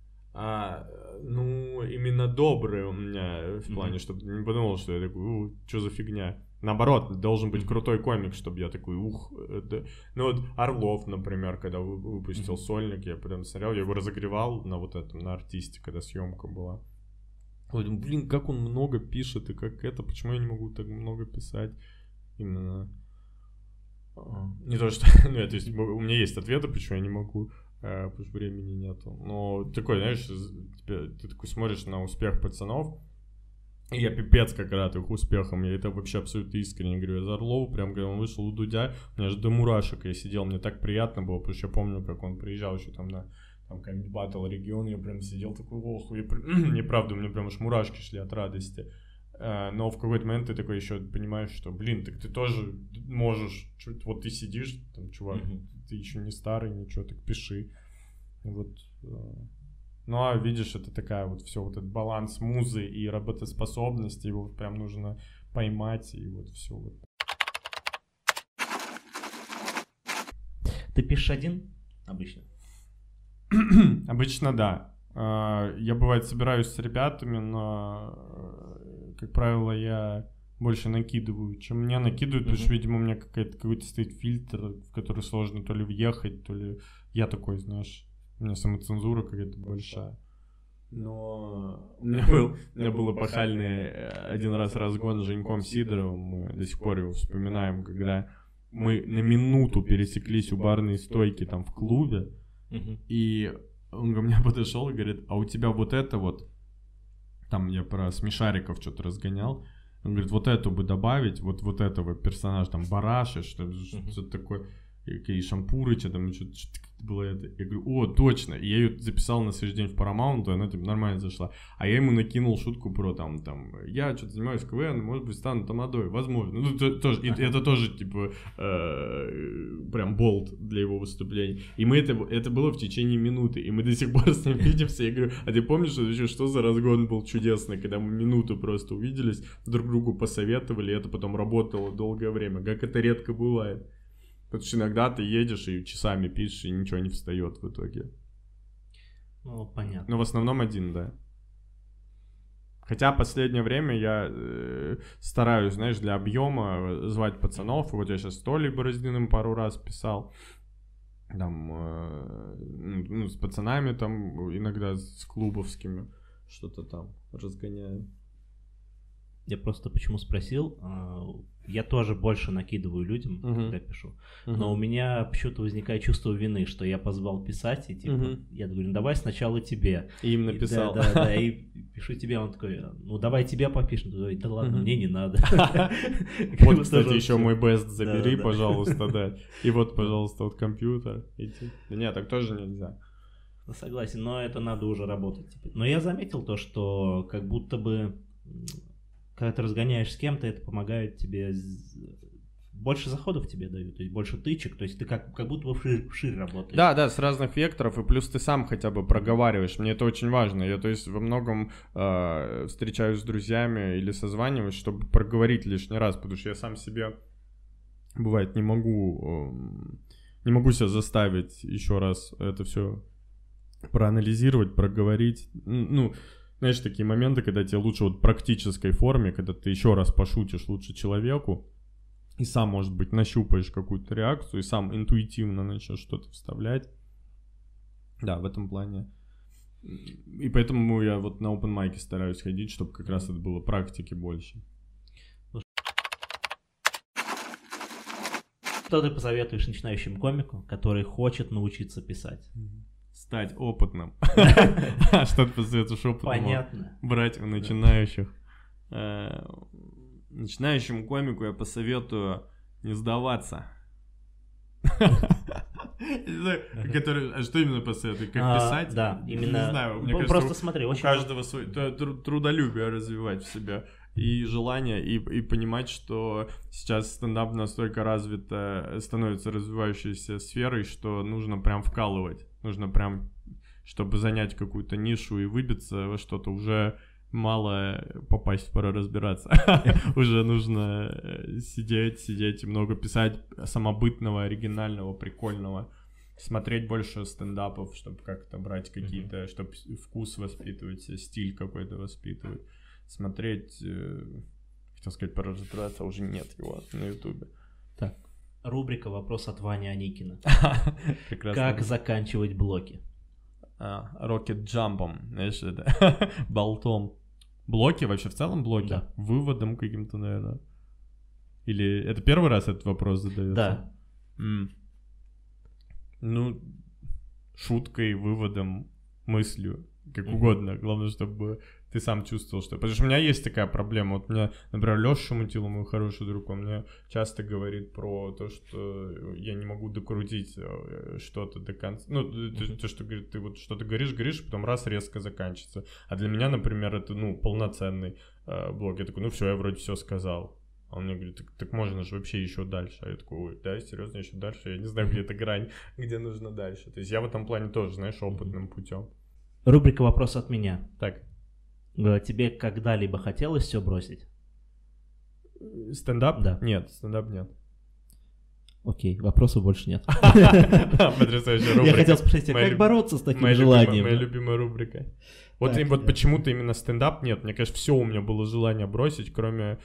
Именно добрые у меня, в плане, чтобы не подумал, что я такой, что за фигня. Наоборот, должен быть крутой комик, чтобы я такой, да. Вот Орлов, например, когда выпустил сольник, я прям смотрел, я его разогревал на вот этом, на Артисте, когда съемка была. Блин, как он много пишет, и как это, почему я не могу так много писать? Именно... Не то, что... то есть у меня есть ответы, почему я не могу, потому что времени нету. Но такой, знаешь, ты такой смотришь на успех пацанов, и я пипец как рад их успехам. Я это вообще абсолютно искренне говорю. Я за Орлова, прям когда он вышел у Дудя, у меня аж до мурашек я сидел, мне так приятно было, потому что я помню, как он приезжал еще там на какой-нибудь батл регион, я прям сидел такой, неправда, у меня прям аж мурашки шли от радости. Но в какой-то момент ты такой еще понимаешь, что, блин, так ты тоже можешь, вот ты сидишь, там, чувак, ты еще не старый, ничего, так пиши. Вот. Ну, а видишь, это такая вот все, вот этот баланс музы и работоспособности, его вот прям нужно поймать, и вот все вот. Ты пишешь один обычно? Обычно, да. Я, бывает, собираюсь с ребятами, но, как правило, я больше накидываю, чем мне накидывают, потому что, видимо, у меня какой-то стоит фильтр, в который сложно то ли въехать, то ли я такой, знаешь, у меня самоцензура какая-то большая. Но у меня был эпохальный один раз разгон с Женьком Сидоровым, мы до сих пор его вспоминаем, когда мы на минуту пересеклись у барной стойки там в клубе, и он ко мне подошел и говорит, а у тебя вот это вот, там я про смешариков что-то разгонял, он говорит, вот эту бы добавить, вот этого персонажа, там, Бараши, что-то такое, и Шампурыча, там, что-то было это. Я говорю, о, точно, и я ее записал на следующий день в Paramount, и она, типа, нормально зашла. А я ему накинул шутку про, там, я что-то занимаюсь КВН, может быть, стану тамадой, возможно. Ну, тоже, это тоже, типа, прям болт для его выступлений. И мы это было в течение минуты, и мы до сих пор с ним видимся. Я говорю, а ты помнишь, что за разгон был чудесный, когда мы минуту просто увиделись, друг другу посоветовали, и это потом работало долгое время, как это редко бывает. Потому что иногда ты едешь и часами пишешь, и ничего не встает в итоге. Ну, понятно. Но в основном один, да. Хотя последнее время я стараюсь, знаешь, для объема звать пацанов. И вот я сейчас с Толей Бороздиным пару раз писал. Там, с пацанами там, иногда с клубовскими что-то там разгоняю. Я просто почему спросил, я тоже больше накидываю людям, когда пишу, но у меня почему-то возникает чувство вины, что я позвал писать, и типа, я говорю, давай сначала тебе. И им написал. Да, и пишу тебе, он такой, ну давай тебе попишем, да ладно, мне не надо. Вот, кстати, еще мой бест забери, пожалуйста, да. И вот, пожалуйста, вот компьютер. Да нет, так тоже нельзя. Согласен, но это надо уже работать. Но я заметил то, что как будто бы когда ты разгоняешь с кем-то, это помогает тебе, больше заходов тебе дают, то есть больше тычек, то есть ты как будто бы вширь работаешь. Да, с разных векторов, и плюс ты сам хотя бы проговариваешь, мне это очень важно, я, то есть, во многом встречаюсь с друзьями или созваниваюсь, чтобы проговорить лишний раз, потому что я сам себе, бывает, не могу себя заставить еще раз это все проанализировать, проговорить, знаешь, такие моменты, когда тебе лучше вот в практической форме, когда ты еще раз пошутишь лучше человеку, и сам, может быть, нащупаешь какую-то реакцию, и сам интуитивно начнешь что-то вставлять. Да, в этом плане. И поэтому я вот на open mic стараюсь ходить, чтобы как раз это было практики больше. Что ты посоветуешь начинающему комику, который хочет научиться писать? стать опытным. Что ты посоветуешь опытному брать у начинающих? Начинающему комику я посоветую не сдаваться. Что именно посоветую? Как писать? Да, именно. Не знаю, мне кажется, просто смотри, у каждого свое трудолюбие развивать в себе и желание, и понимать, что сейчас стендап настолько развито, становится развивающейся сферой, что нужно прям вкалывать. Нужно прям, чтобы занять какую-то нишу и выбиться во что-то, уже мало попасть, пора разбираться. Уже нужно сидеть и много писать самобытного, оригинального, прикольного. Смотреть больше стендапов, чтобы как-то брать какие-то, чтобы вкус воспитывать, стиль какой-то воспитывать. Смотреть, хотел сказать, пора разбираться, а уже нет его на ютубе. Так, рубрика «Вопрос от Вани Аникина». Как заканчивать блоки? Рокет-джампом, знаешь, это болтом. Блоки, вообще в целом блоки? Да. Выводом каким-то, наверное. Или это первый раз этот вопрос задается? Да. Ну, шуткой, выводом, мыслью, как угодно. Главное, чтобы ты сам чувствовал, что... Потому что у меня есть такая проблема. Вот у меня, например, Лёша Шамутилов, мой хороший друг, он мне часто говорит про то, что я не могу докрутить что-то до конца. Ну, то, что говорит, ты вот что-то говоришь, потом раз резко заканчивается. А для меня, например, это, полноценный блок. Я такой, я вроде все сказал. А он мне говорит, так можно же вообще еще дальше. А я такой, ой, да, серьезно, еще дальше? Я не знаю, где эта грань, где нужно дальше. То есть я в этом плане тоже, знаешь, опытным путем. Рубрика «Вопрос от меня». Так. Тебе когда-либо хотелось все бросить? Стендап? Да. Нет, стендап нет. Окей, вопросов больше нет. Потрясающая рубрика. Я хотел спросить, как бороться с таким желанием? Моя любимая рубрика. Вот почему-то именно стендап нет. Мне кажется, все у меня было желание бросить, кроме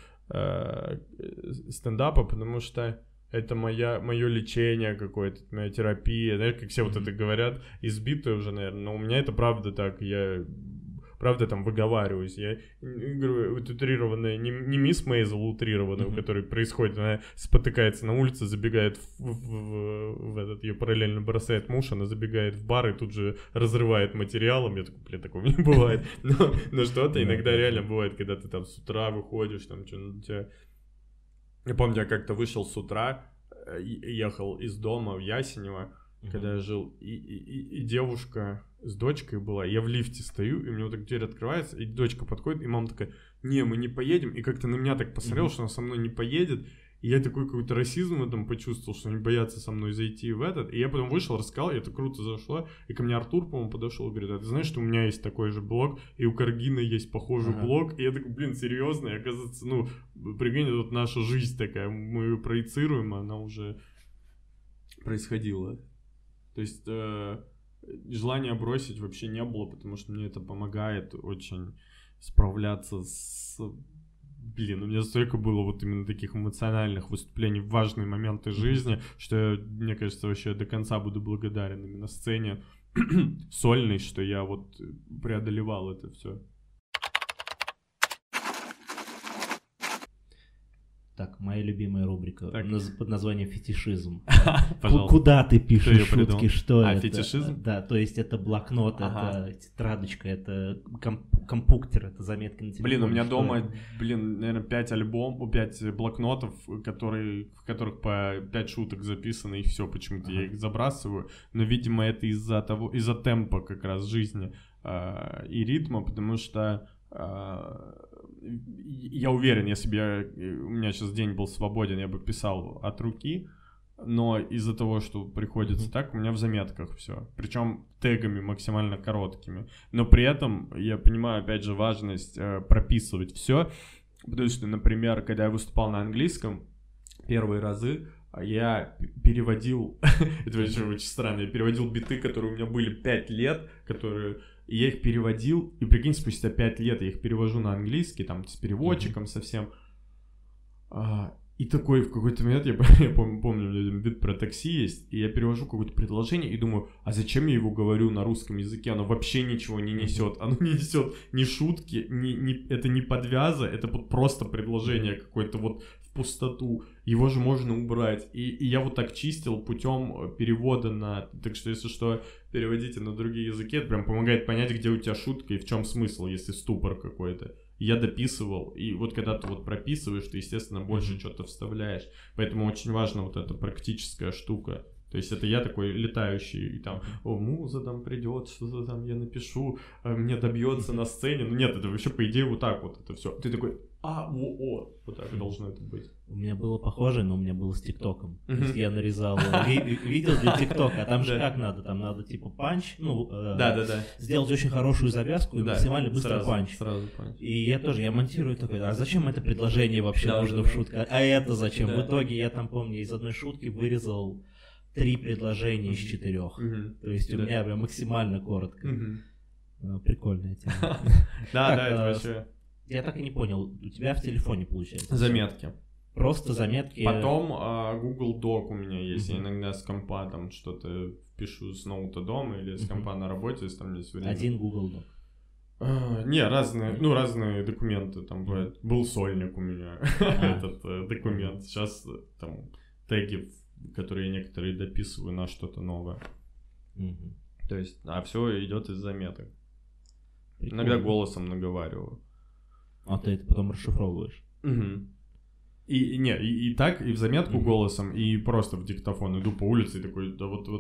стендапа, потому что это мое лечение какое-то, моя терапия. Знаешь, как все вот это говорят, избитые уже, наверное. Но у меня это правда так. Я правда там выговариваюсь. Я говорю, вот утрированная, не мисс Мейзел утрированная, у которой происходит, она спотыкается на улице, забегает в этот, ее параллельно бросает муж, она забегает в бар и тут же разрывает материалом. Я такой, такого не бывает. Но что-то иногда реально бывает, когда ты там с утра выходишь, там что-нибудь. Я помню, я как-то вышел с утра, ехал из дома в Ясенево, когда я жил, и девушка с дочкой была, я в лифте стою, и у меня вот так дверь открывается, и дочка подходит, и мама такая, не, мы не поедем, и как-то на меня так посмотрел, что она со мной не поедет, и я такой какой-то расизм в этом почувствовал, что они боятся со мной зайти в этот, и я потом вышел, рассказал, и это круто зашло, и ко мне Артур, по-моему, подошел и говорит, а ты знаешь, что у меня есть такой же блог, и у Каргина есть похожий блог, и я такой, серьезно, и оказывается, прикинь, тут наша жизнь такая, мы ее проецируем, она уже происходила. То есть желания бросить вообще не было, потому что мне это помогает очень справляться с... у меня столько было вот именно таких эмоциональных выступлений в важные моменты жизни, что я, мне кажется, вообще до конца буду благодарен именно сцене сольной, что я вот преодолевал это все. Так, моя любимая рубрика под названием «Фетишизм». Пожалуйста. Куда ты пишешь шутки, что это? Фетишизм? Да, то есть это блокнот, это тетрадочка, это компуктер, это заметки на телефоне. У меня дома, наверное, 5 блокнотов, в которых по 5 шуток записано, и все, почему-то я их забрасываю. Но, видимо, это из-за темпа как раз жизни и ритма, потому что я уверен, если бы у меня сейчас день был свободен, я бы писал от руки, но из-за того, что приходится так, у меня в заметках все. Причем тегами максимально короткими. Но при этом я понимаю, опять же, важность прописывать все, потому что, например, когда я выступал на английском первые разы, я переводил, это вообще очень странно, я переводил биты, которые у меня были 5 лет, и я их переводил, и прикинь, спустя 5 лет я их перевожу на английский, там, с переводчиком совсем. И такой в какой-то момент, я помню, у меня бит про такси есть, и я перевожу какое-то предложение и думаю, а зачем я его говорю на русском языке? Оно вообще ничего не несет. Оно не несет ни шутки, это не подвяза, это вот просто предложение какое-то вот пустоту, его же можно убрать. И я вот так чистил путем перевода на... Так что, если что, переводите на другие языки, это прям помогает понять, где у тебя шутка и в чем смысл, если ступор какой-то. Я дописывал, и вот когда ты вот прописываешь, ты, естественно, больше что-то вставляешь. Поэтому очень важна вот эта практическая штука. То есть это я такой летающий, и там, муза там придет, что-то там я напишу, мне добьется на сцене. Ну нет, это вообще по идее вот так вот это все. Ты такой, вот так должно это быть. У меня было похоже, но у меня было с ТикТоком. То есть я нарезал видео для ТикТока, а там же как надо? Там надо типа панч, сделать очень хорошую завязку и максимально быстро панч. И я монтирую такой, а зачем это предложение вообще нужно в шутке? А это зачем? В итоге я там, помню, из одной шутки вырезал 3 предложения из 4. То есть у меня прям максимально коротко. Прикольная тема. Да, это вообще... Я так и не понял, у тебя в телефоне получается? Заметки. Просто заметки. Потом Google Doc у меня есть. Я иногда с компа там что-то пишу с ноута дома или с компа на работе, если там есть время. Один Google Doc. Не, разные документы там бывают. Был сольник у меня, этот документ. Сейчас там теги, которые некоторые дописываю на что-то новое. То есть, все идет из заметок. Прикольно. Иногда голосом наговариваю. А ты это потом расшифровываешь? И так, и в заметку голосом, и просто в диктофон. Иду по улице и такой, да вот.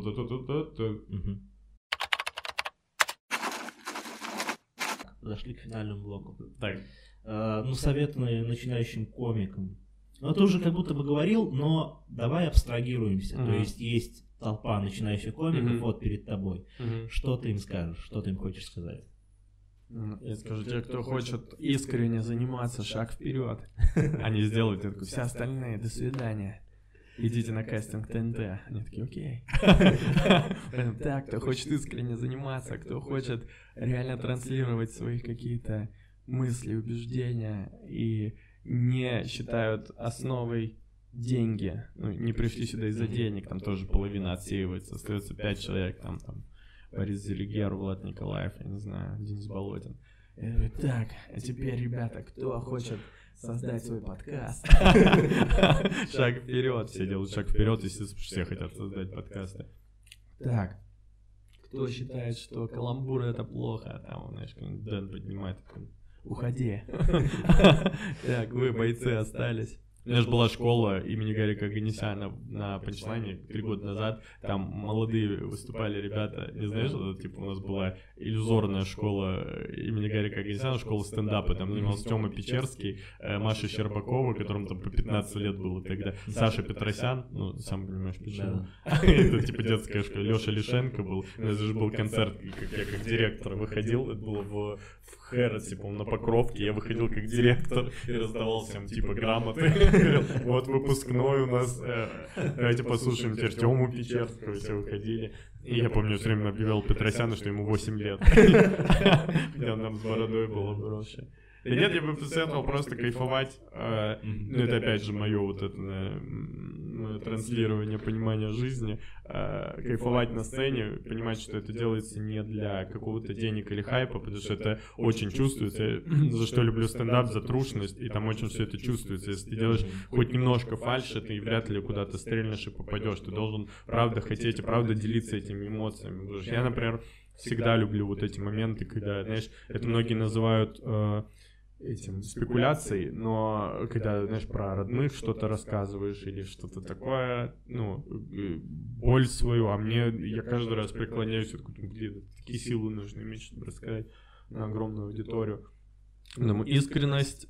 Подошли к финальному блоку. Так. Совет начинающим комикам. Ты уже как будто бы говорил, но давай абстрагируемся. То есть толпа начинающих комиков вот перед тобой. Что ты им скажешь? Что ты им хочешь сказать? Я скажу, те, кто хочет искренне заниматься, шаг вперед. Они сделают это, все остальные, до свидания. Идите на кастинг ТНТ. Они такие, окей. Так, кто хочет искренне заниматься, кто хочет реально транслировать свои какие-то мысли, убеждения и не считают основой деньги. Не пришли сюда из-за денег, там тоже половина отсеивается, остается 5 человек, там Борис Зелигер, Влад Николаев, я не знаю, Денис Болотин. Я говорю, так, а теперь, ребята, кто хочет создать свой подкаст? Шаг вперед, все делают шаг вперед, естественно, все хотят создать подкасты. Так, кто считает, что каламбуры это плохо, там, знаешь, Дэн поднимает, уходи. Так, вы, бойцы, остались. У меня же была школа имени Гарика Оганесяна на Панчлайне 3 года назад. Там молодые выступали ребята. Не знаешь, что типа у нас была иллюзорная школа имени Гарика Оганесяна, школа стендапа. Там занимался Тёма Печерский, Маша Щербакова, которым там по 15 лет было тогда. Саша Петросян, сам понимаешь, почему. Это типа детская школа. Лёша Лишенко был. У нас же был концерт, как я как директор выходил. Это было в Хэротсе, по-моему, на Покровке. Я выходил как директор и раздавал всем типа грамоты. Вот выпускной у нас, давайте послушаем теперь Тему Печерского, все выходили. И я помню, все время объявлял Петросяна, что ему 8 лет. Он там с бородой был обросший. Да нет, я бы посоветовал просто кайфовать. Это опять же мое вот это транслирование понимания жизни. Кайфовать на сцене, понимать, что это делается не для какого-то денег или хайпа, потому что это очень чувствуется. За что люблю стендап, за трушность, и там очень все это чувствуется. Если ты делаешь хоть немножко фальши, ты вряд ли куда-то стрельнешь и попадешь. Ты должен правда хотеть и правда делиться этими эмоциями. Потому что я, например, всегда люблю вот эти моменты, когда, знаешь, это многие называют этим спекуляцией, но когда, знаешь, про родных что-то рассказываешь или что-то такое, боль свою, я каждый раз преклоняюсь, блин, такие силы нужно иметь, чтобы рассказать на огромную аудиторию. Поэтому искренность,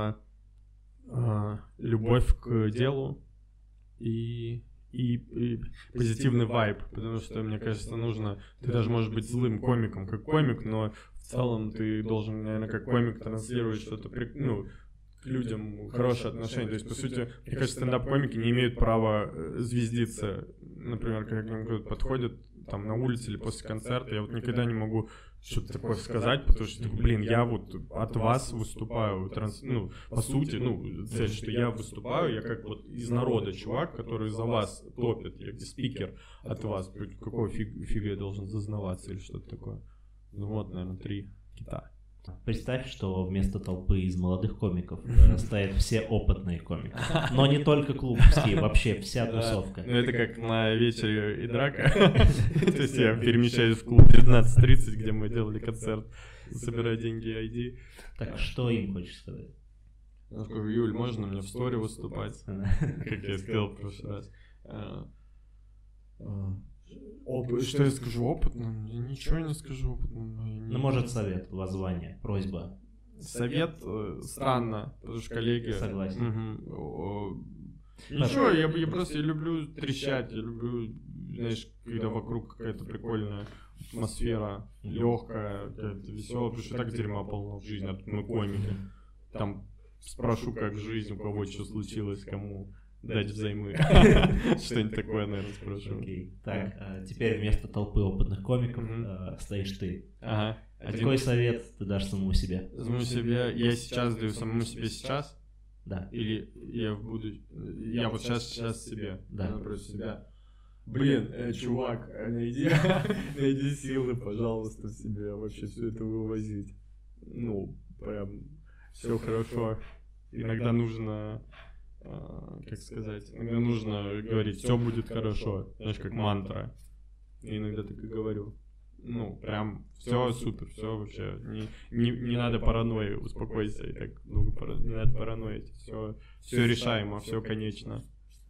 любовь к делу и позитивный вайб, потому что, мне кажется, ты даже можешь быть злым комиком, как комик, но в целом ты должен, наверное, как комик транслировать что-то, к людям хорошее отношение. То есть, по сути, мне кажется, стендап-комики не имеют права звездиться. Например, когда к ним кто-то подходит там на улице или после концерта, я вот никогда не могу что-то такое сказать, потому что, я вот от вас выступаю, по сути, цель, что я выступаю, я как вот из народа чувак, который за вас топит, я спикер от вас, какого фига я должен зазнаваться или что-то такое. Вот, наверное, 3 кита. Представь, что вместо толпы из молодых комиков стоят все опытные комики. Но не только клубовские, вообще вся тусовка. Ну, это как на вечере и драка. То есть я перемещаюсь в клуб 19:30, где мы делали концерт, собирая деньги ID. Так, что им хочешь сказать? Я скажу: Юль, можно мне в сторе выступать? Как я сказал в прошлый раз. Что я скажу опытным? Я ничего не скажу опытным. Ну, может, совет, воззвание, просьба. Совет странно, потому что коллеги... Согласен. Ничего, я просто люблю трещать, я люблю, знаешь, когда вокруг какая-то прикольная атмосфера, легкая, какая-то веселая, потому что так дерьма полно в жизни, а тут мы комики. Там спрошу, как жизнь, у кого что случилось, кому дать взаймы. Что-нибудь такое, наверное, спрошу. Так, теперь вместо толпы опытных комиков стоишь ты. Ага. Какой совет ты дашь самому себе? Самому себе? Я сейчас даю самому себе сейчас? Да. Или я в будущем? Я вот сейчас себе. Да. Напротив себя. Блин, чувак, найди силы, пожалуйста, себе вообще все это вывозить. Ну, прям все хорошо. Иногда нужно... как сказать, иногда нужно говорить: все будет хорошо, знаешь, как мантра. Я иногда так и говорю. Ну, прям все супер, все вообще. Не надо паранойи, успокойся. И так много не надо параноить. Все решаемо, все конечно.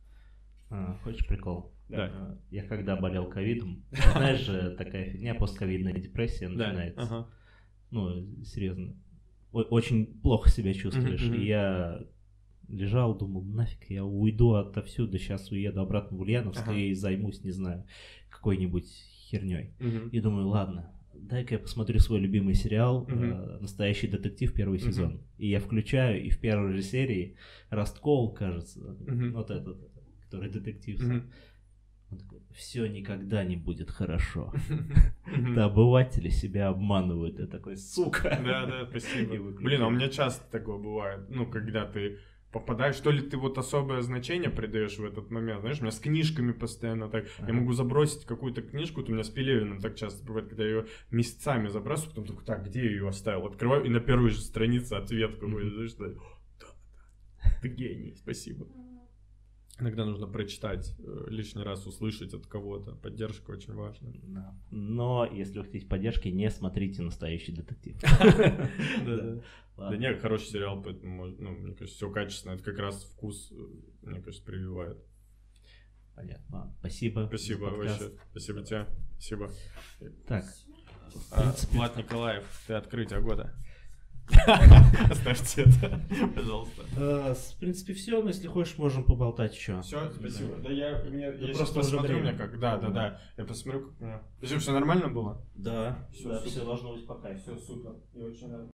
Хочешь прикол? Да. Я когда болел ковидом, знаешь же, такая фигня, постковидная депрессия начинается. Ага. Ну, серьезно. Очень плохо себя чувствуешь. И я лежал, думал: нафиг, я уйду отовсюду, сейчас уеду обратно в Ульяновск и займусь, не знаю, какой-нибудь херней. И думаю: ладно, дай-ка я посмотрю свой любимый сериал «Настоящий детектив», первый сезон. И я включаю, и в первой же серии Росткол, кажется, вот этот, который детектив. Он такой: все никогда не будет хорошо. Да, обыватели себя обманывают. Я такой: сука. Да, спасибо. Блин, а у меня часто такое бывает. Ну, когда ты попадаешь, что ли, ты вот особое значение придаешь в этот момент. Знаешь, у меня с книжками постоянно так. Я могу забросить какую-то книжку, вот у меня с Пелевиным так часто бывает, когда я ее месяцами забрасываю, потом такой: так, где я ее оставил? Открываю, и на первой же странице ответ какой-то, знаешь, что да, ты гений, спасибо. Иногда нужно прочитать, лишний раз услышать от кого-то. Поддержка очень важна. Да. Но если вы хотите поддержки, не смотрите «Настоящий детектив». Да нет, хороший сериал, поэтому, мне кажется, все качественно. Это как раз вкус, мне кажется, прививает. Понятно. Спасибо. Спасибо вообще. Спасибо тебе. Спасибо. Так. Влад Николаев, ты открытие года. Оставьте это, пожалуйста. В принципе, все, но если хочешь, можем поболтать еще. Все, спасибо. Да я просто посмотрю, мне как. Да. Я посмотрю, как у меня. Все нормально было? Да, все должно быть пока. Все супер. Я очень рад.